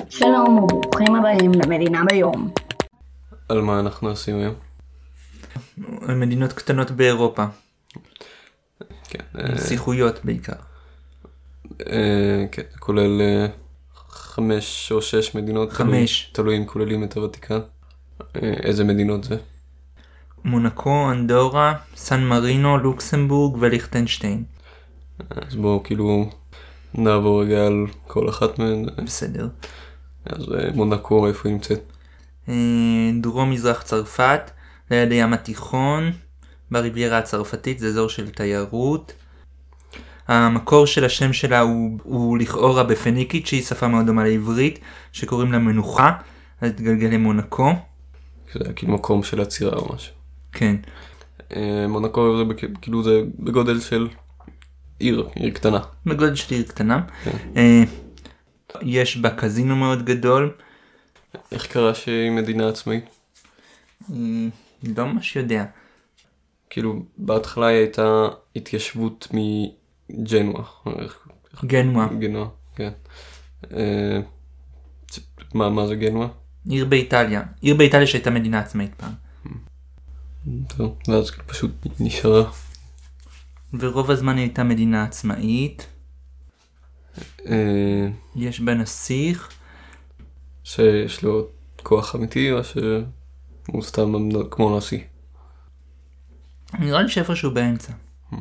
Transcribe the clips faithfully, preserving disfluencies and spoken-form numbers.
שלום וברוכים הבאים למדינה ביום. על מה אנחנו עושים היום? מדינות קטנות באירופה. כן. נסיכויות בעיקר. כן, כולל חמש או שש מדינות. חמש. תלוי אם כוללים את הוותיקן. איזה מדינות זה? מונקו, אנדורה, סן מרינו, לוקסמבורג וליכטנשטיין. אז בואו כאילו נעבור רגע על כל אחת מהן. בסדר. אז מונקו, איפה היא נמצאת? דרום מזרח צרפת, ליד הים התיכון, בריביירה הצרפתית, זה אזור של תיירות. המקור של השם שלה הוא, הוא לכאורה בפניקית, שהיא שפה מאוד דומה לעברית, שקוראים לה מנוחה, אז תגלגל למונקו. זה כאילו מקום של עצירה או משהו. כן. מונקו זה כאילו זה בגודל של עיר, עיר קטנה. בגודל של עיר קטנה. כן. יש בה קזינו מאוד גדול. איך קרה שהיא מדינה עצמאית? לא ממש יודע. כאילו בהתחלה היא הייתה התיישבות מג'נואה. גנואה. גנואה, כן. מה, מה זה גנואה? עיר באיטליה. עיר באיטליה שהייתה מדינה עצמאית פעם. טוב, ואז פשוט נשארה. ורוב הזמן היא הייתה מדינה עצמאית. יש בה נסיך. שיש לו כוח אמיתי או שהוא סתם כמו נשיא? נראה לי שאיפשהו באמצע.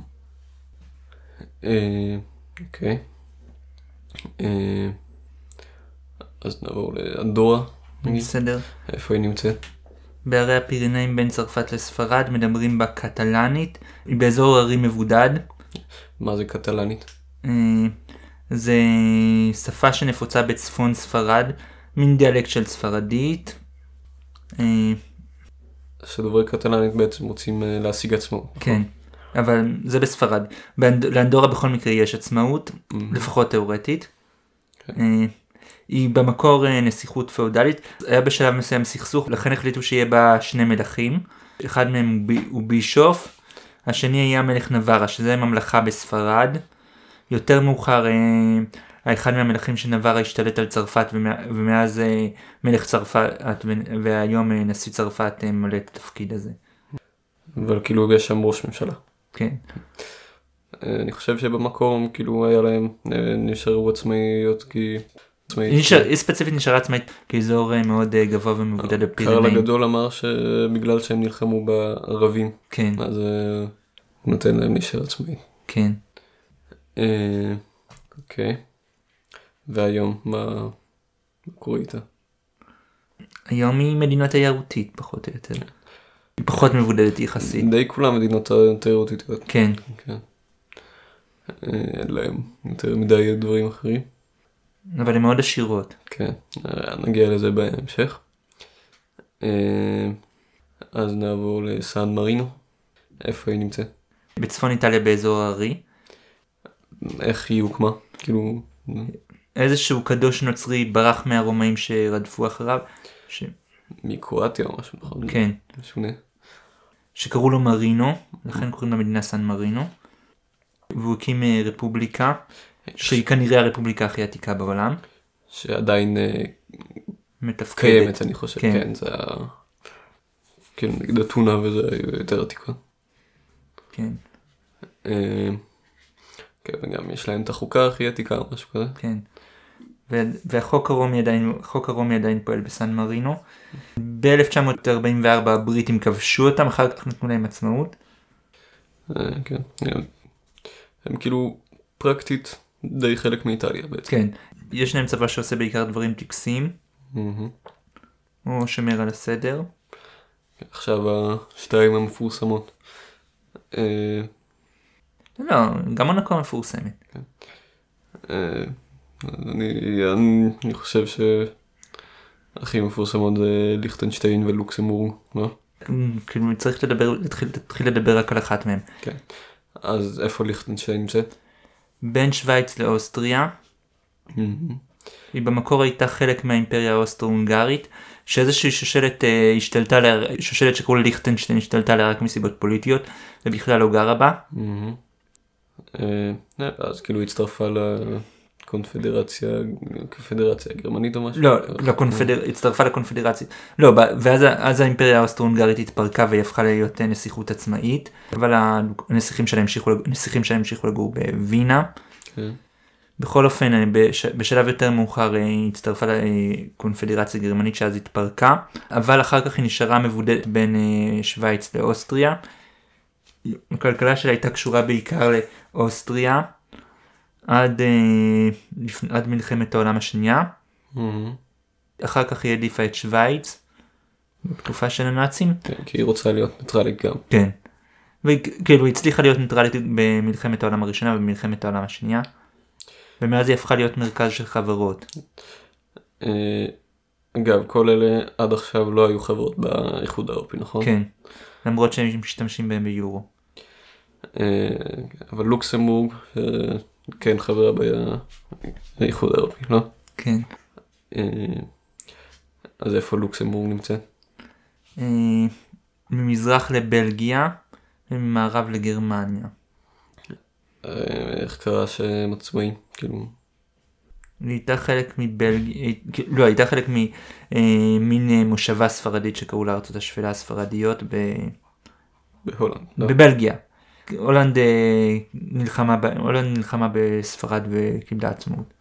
אוקיי. אז נעבור לאנדורה. בסדר. איפה היא נמצאת? בערי הפירנאים בין צרפת לספרד מדברים בה קטלנית. היא באזור ערי מבודד. מה זה קטלנית? זה שפה שנפוצה בצפון ספרד. מין דיאלקט של ספרדית. שדוברי קטלנית בעצם רוצים להשיג עצמאות. כן, אבל זה בספרד. לאנדורה בכל מקרה יש עצמאות, לפחות תיאורטית. היא במקור נסיכות פאודלית. היה בשלב מסוים סכסוך, לכן החליטו שיהיה בה שני מלכים. אחד מהם הוא בישוף, השני היה מלך נברה, שזה ממלכה בספרד. יותר מאוחר, אחד מהמלכים של נברה השתלט על צרפת, ומאז מלך צרפת, והיום נשיא צרפת מלא את התפקיד הזה. אבל כאילו יש שם ראש ממשלה. כן. אני חושב שבמקום כאילו היה להם, נשארו עצמאיות כי... היא ספציפית נשארה עצמאית כאזור מאוד גבוה ומבודד בפירנאים. קרל הגדול אמר שבגלל שהם נלחמו בערבים, כן. אז הוא נותן להם להישאר עצמאית. כן. אוקיי. והיום מה קורה איתה? היום היא מדינה תיירותית פחות או יותר. היא פחות מבודדת יחסית. די כולה מדינות תיירותית. כן. כן. אין להם יותר מדי דברים אחרים. אבל הן מאוד עשירות. כן, נגיע לזה בהמשך. אז נעבור לסן מרינו. איפה היא נמצאת? בצפון איטליה באזור הארי. איך היא הוקמה? כאילו... איזשהו קדוש נוצרי ברח מהרומאים שרדפו אחריו. ש... מקרואטיה או משהו, נכון? כן. משונה. שקראו לו מרינו, לכן קוראים למדינה סן מרינו. והוא הקים רפובליקה, שהיא כנראה הרפובליקה הכי עתיקה בעולם. שעדיין מתפקדת. קיימת, אני חושב. כן. כן, זה היה... כאילו נגד אתונה וזה יותר עתיקה. כן. כן, וגם יש להם את החוקה הכי עתיקה או משהו כזה. כן. והחוק הרומי עדיין, החוק הרומי עדיין פועל בסן מרינו. ב-אלף תשע מאות ארבעים וארבע הבריטים כבשו אותם, אחר כך נתנו להם עצמאות. כן. הם כאילו פרקטית די חלק מאיטליה בעצם. כן. יש להם צבא שעושה בעיקר דברים טקסיים. או שומר על הסדר. עכשיו השתיים המפורסמות. לא, גם מונקו מפורסמת. אני חושב שהכי מפורסמות זה ליכטנשטיין ולוקסמבורג, לא? כאילו צריך להתחיל לדבר רק על אחת מהם. כן. אז איפה ליכטנשטיין נמצאת? בין שוויץ לאוסטריה. היא במקור הייתה חלק מהאימפריה האוסטרו-הונגרית, שאיזושהי שושלת השתלטה, שושלת שקראו לה ליכטנשטיין השתלטה לה רק מסיבות פוליטיות, ובכלל לא גרה בה. אז כאילו הצטרפה קונפדרציה, קונפדרציה גרמנית או משהו? לא, לקונפדר... הצטרפה לקונפדרציה. לא, ואז אז האימפריה האוסטרו-הונגרית התפרקה והיא הפכה להיות נסיכות עצמאית, אבל הנסיכים שלהם המשיכו, הנסיכים שלהם המשיכו לגור בווינה. כן. בכל אופן, בש... בשלב יותר מאוחר היא הצטרפה לקונפדרציה גרמנית שאז התפרקה, אבל אחר כך היא נשארה מבודדת בין שוויץ לאוסטריה. הכלכלה שלה הייתה קשורה בעיקר לאוסטריה, עד, עד מלחמת העולם השנייה. Mm-hmm. אחר כך היא העדיפה את שוויץ, בתקופה של הנאצים. כן, כי היא רוצה להיות ניטרלית גם. כן. וכאילו היא הצליחה להיות ניטרלית במלחמת העולם הראשונה ובמלחמת העולם השנייה. ומאז היא הפכה להיות מרכז של חברות. אגב, כל אלה עד עכשיו לא היו חברות באיחוד האירופי, נכון? כן. למרות שהם משתמשים בהם ביורו. אבל לוקסמבורג, כן חברה באיחוד האירופי, לא? כן. אז איפה לוקסמבורג נמצאת? ממזרח לבלגיה וממערב לגרמניה. איך קרה שהם עצמאים? כאילו... היא הייתה חלק מבלגיה, לא, הייתה חלק ממין מושבה ספרדית שקראו לארצות השפלה הספרדיות ב... בהולנד. בבלגיה. הולנד נלחמה, הולנד נלחמה בספרד וקיבלה עצמאות.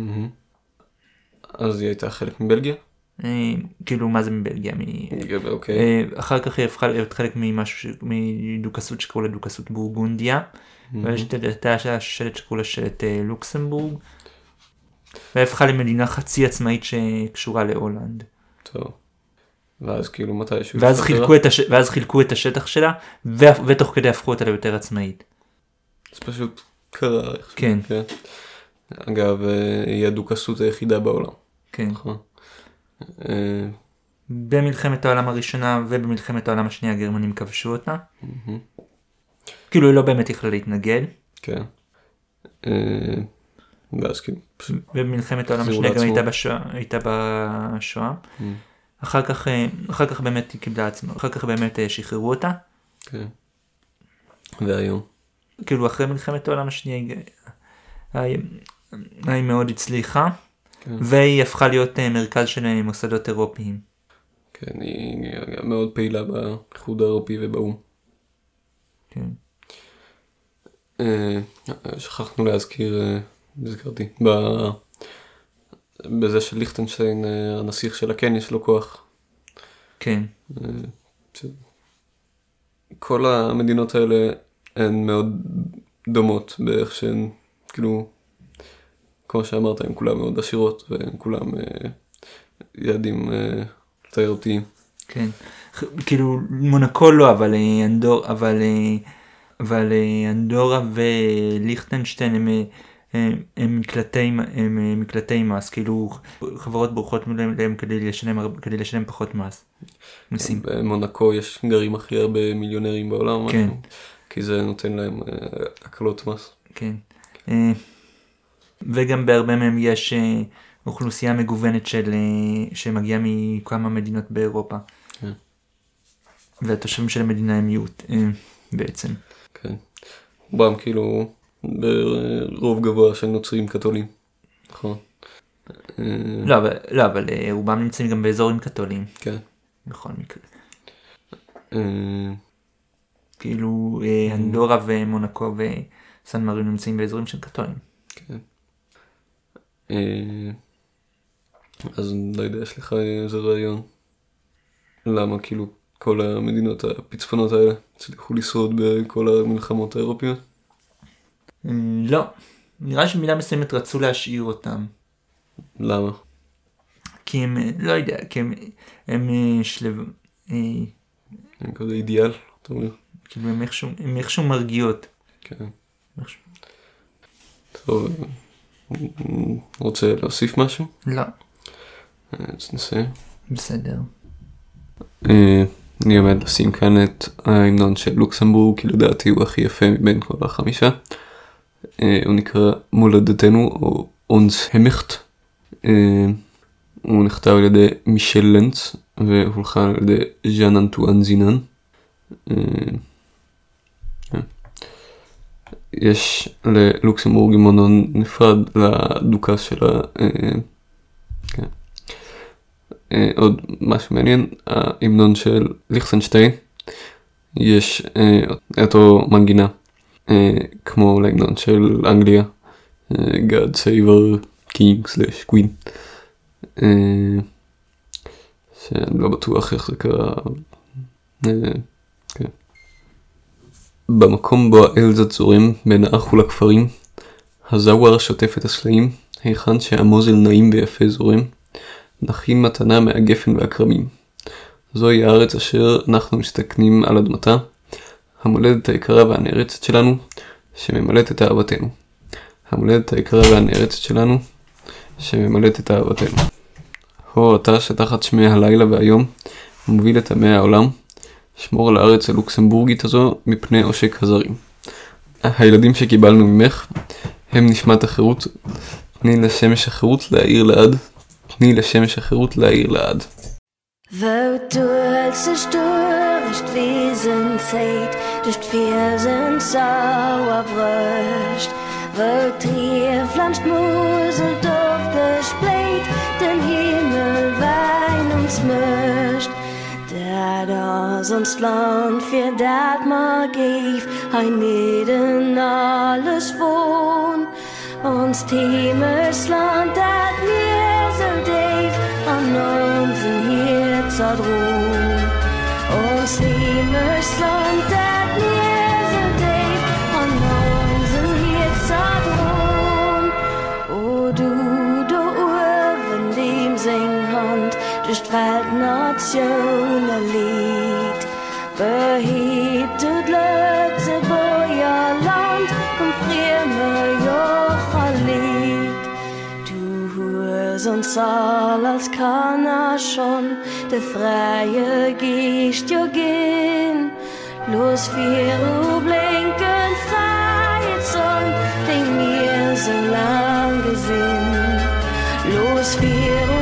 אז היא הייתה חלק מבלגיה? כאילו מה זה מבלגיה? אוקיי. אחר כך היא הפכה להיות חלק ממשהו, מדוכסות שקראו לה דוכסות בורגונדיה. ויש את השלט שקראו לה שלט לוקסמבורג. והפכה למדינה חצי עצמאית שקשורה להולנד. טוב. ואז כאילו מתישהו... ואז חילקו את, הש... ואז חילקו את השטח שלה, ו... ותוך כדי הפכו אותה ליותר עצמאית. זה פשוט קרה. כן. כן. אגב, היא הדוכסות היחידה בעולם. כן. במלחמת העולם הראשונה ובמלחמת העולם השנייה הגרמנים כבשו אותה. כאילו היא לא באמת יכלה להתנגד. כן. ואז כאילו... ובמלחמת העולם השנייה גם הייתה בשואה. הייתה בשואה. אחר כך, אחר כך באמת היא קיבלה עצמה, אחר כך באמת שחררו אותה. כן. והיום? כאילו אחרי מלחמת העולם השנייה היא מאוד הצליחה, כן. והיא הפכה להיות מרכז של מוסדות אירופיים. כן, היא מאוד פעילה באיחוד האירופי ובאום. כן. שכחנו להזכיר, הזכרתי, בזה של ליכטנשטיין, הנסיך שלה כן יש לו כוח. כן. כל המדינות האלה הן מאוד דומות באיך שהן, כאילו, כמו שאמרת, הן כולן מאוד עשירות, והן כולן יעדים תיירותיים. כן. כאילו, מונקו לא, אבל אנדור, אבל, אבל אנדורה וליכטנשטיין הם... הם מקלטי, הם מקלטי מס, כאילו חברות בורחות מהם כדי לשלם, כדי לשלם פחות מס. מיסים. במונקו יש גרים הכי הרבה מיליונרים בעולם, כן. כי זה נותן להם הקלות מס. כן. וגם בהרבה מהם יש אוכלוסייה מגוונת של, שמגיעה מכמה מדינות באירופה. כן. והתושבים של המדינה הם מיעוט, בעצם. כן. רובם כאילו... ברוב גבוה של נוצרים קתולים, נכון? לא, אבל, לא, אבל רובם נמצאים גם באזורים קתולים. כן. בכל מקרה. כאילו, אנדורה ומונקו וסן מרינו נמצאים באזורים של קתולים. כן. אז לא יודע, יש לך איזה רעיון. למה כאילו כל המדינות הפצפונות האלה הצליחו לשרוד בכל המלחמות האירופיות? לא, נראה שמילה מסוימת רצו להשאיר אותם. למה? כי הם, לא יודע, כי הם, הם שלב... הם כזה אידיאל, אתה אומר? כאילו הם איכשהו, הם איכשהו מרגיעות. כן. טוב, רוצה להוסיף משהו? לא. אז נסיים. בסדר. אני עומד לשים כאן את ההמנון של לוקסמבורג, כי לדעתי הוא הכי יפה מבין כל החמישה. הוא נקרא מולדתנו או אונס המחט. הוא נכתב על ידי מישל לנץ והולחן על ידי ז'אן אנטואן זינן. יש ללוקסמבורג המנון נפרד לדוכס שלה. כן. עוד משהו מעניין, ההמנון של ליכטנשטיין, יש אותו מנגינה, כמו להמנון של אנגליה, God Save King slash Queen, שאני לא בטוח איך זה קרה. כן. במקום בו האלזת זורם בין האח ולכפרים, הזוואר שוטף את הסלעים, היכן שהמוזל נעים ויפה זורם, נכין מתנה מהגפן והכרמים. זוהי הארץ אשר אנחנו מסתכנים על אדמתה, המולדת היקרה והנערצת שלנו, שממלאת את אהבתנו. המולדת היקרה והנערצת שלנו, שממלאת את אהבתנו. הו אתה שתחת שמי הלילה והיום, מוביל את עמי העולם, שמור על הארץ הלוקסמבורגית הזו מפני עושק הזרים. הילדים שקיבלנו ממך, הם נשמת החירות, תני לשמש החירות להאיר לעד, תני לשמש החירות להאיר לעד. Wo du als störst wie sind Zeit, durch vier sind sauer bröscht. Wo Trier flanscht Musel doof gespleit, den Himmel wein uns möscht. Der da sonst Land für dat ma gif, ein Neden alles wohn. Uns Himmels Land dat mir so deif, an unseren Herz adruhn. Uns Himmels Land dat mir so deif, an unseren Herz adruhn. O du, du Urwen, dem Singhand, durch Weltnationen Lied, behebt und Lötze Boja Land, und frieme Jocha Lied. Du hörst uns all als kann er schon, der freie Geist jo gehen. Los vier Uhr blinken freie Sonn, den mir so lang gesehen. Los vier Uhr